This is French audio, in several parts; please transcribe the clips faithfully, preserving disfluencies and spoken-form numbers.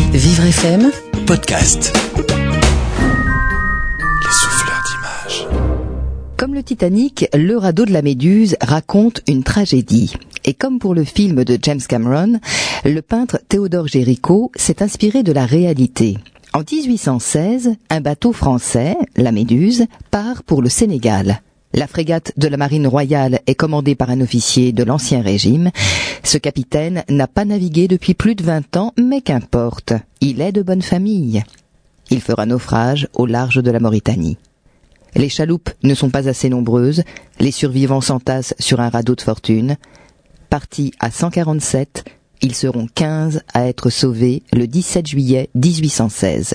Vivre F M Podcast. Les souffleurs d'images. Comme le Titanic, le radeau de la Méduse raconte une tragédie. Et comme pour le film de James Cameron, le peintre Théodore Géricault s'est inspiré de la réalité. En dix-huit cent seize, un bateau français, la Méduse, part pour le Sénégal. La frégate de la Marine royale est commandée par un officier de l'Ancien Régime. Ce capitaine n'a pas navigué depuis plus de vingt ans, mais qu'importe, il est de bonne famille. Il fera naufrage au large de la Mauritanie. Les chaloupes ne sont pas assez nombreuses, les survivants s'entassent sur un radeau de fortune. Partis à cent quarante-sept, ils seront quinze à être sauvés le dix-sept juillet dix-huit cent seize.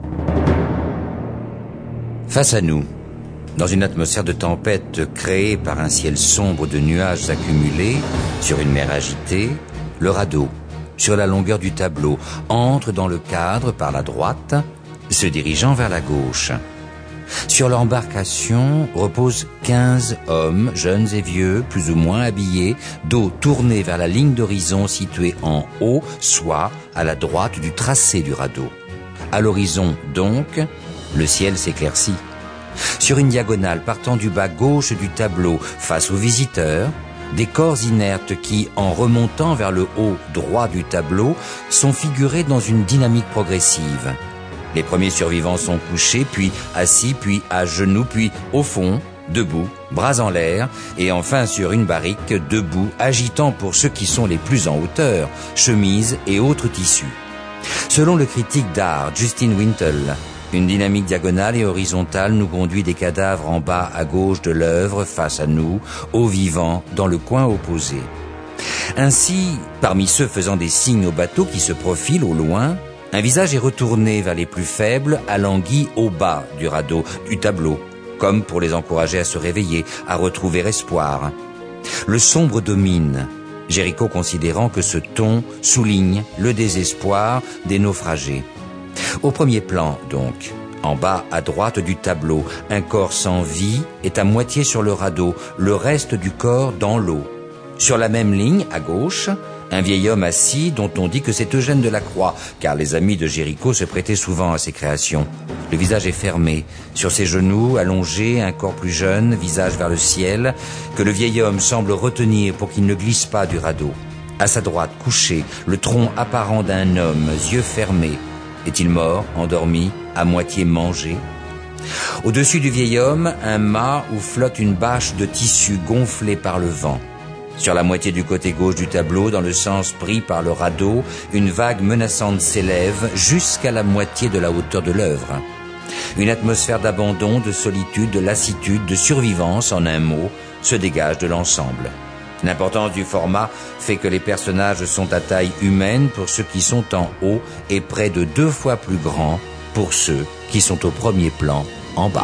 Face à nous, dans une atmosphère de tempête créée par un ciel sombre de nuages accumulés sur une mer agitée, le radeau, sur la longueur du tableau, entre dans le cadre par la droite, se dirigeant vers la gauche. Sur l'embarcation reposent quinze hommes, jeunes et vieux, plus ou moins habillés, dos tourné vers la ligne d'horizon située en haut, soit à la droite du tracé du radeau. À l'horizon, donc, le ciel s'éclaircit. Sur une diagonale partant du bas gauche du tableau face aux visiteurs, des corps inertes qui, en remontant vers le haut droit du tableau, sont figurés dans une dynamique progressive. Les premiers survivants sont couchés, puis assis, puis à genoux, puis au fond, debout, bras en l'air, et enfin sur une barrique, debout, agitant pour ceux qui sont les plus en hauteur, chemises et autres tissus. Selon le critique d'art Justin Wintle, une dynamique diagonale et horizontale nous conduit des cadavres en bas à gauche de l'œuvre face à nous, aux vivants dans le coin opposé. Ainsi, parmi ceux faisant des signes au bateau qui se profile au loin, un visage est retourné vers les plus faibles, alangui au bas du radeau, du tableau, comme pour les encourager à se réveiller, à retrouver espoir. Le sombre domine, Géricault considérant que ce ton souligne le désespoir des naufragés. Au premier plan, donc, en bas à droite du tableau, un corps sans vie est à moitié sur le radeau, le reste du corps dans l'eau. Sur la même ligne, à gauche, un vieil homme assis dont on dit que c'est Eugène Delacroix, car les amis de Géricault se prêtaient souvent à ses créations. Le visage est fermé, sur ses genoux, allongé, un corps plus jeune, visage vers le ciel, que le vieil homme semble retenir pour qu'il ne glisse pas du radeau. À sa droite, couché, le tronc apparent d'un homme, yeux fermés. Est-il mort, endormi, à moitié mangé? Au-dessus du vieil homme, un mât où flotte une bâche de tissu gonflée par le vent. Sur la moitié du côté gauche du tableau, dans le sens pris par le radeau, une vague menaçante s'élève jusqu'à la moitié de la hauteur de l'œuvre. Une atmosphère d'abandon, de solitude, de lassitude, de survivance, en un mot, se dégage de l'ensemble. L'importance du format fait que les personnages sont à taille humaine pour ceux qui sont en haut et près de deux fois plus grands pour ceux qui sont au premier plan en bas.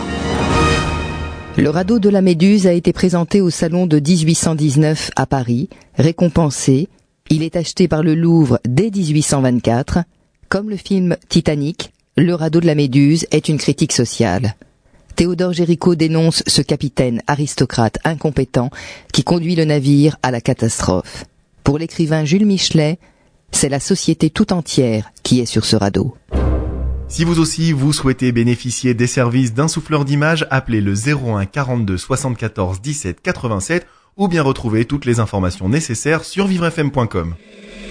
Le radeau de la Méduse a été présenté au salon de dix-huit cent dix-neuf à Paris, récompensé. Il est acheté par le Louvre dès dix-huit cent vingt-quatre. Comme le film Titanic, le radeau de la Méduse est une critique sociale. Théodore Géricault dénonce ce capitaine aristocrate incompétent qui conduit le navire à la catastrophe. Pour l'écrivain Jules Michelet, c'est la société tout entière qui est sur ce radeau. Si vous aussi, vous souhaitez bénéficier des services d'un souffleur d'images, appelez le zéro un quarante-deux soixante-quatorze dix-sept quatre-vingt-sept ou bien retrouvez toutes les informations nécessaires sur vivre f m point com.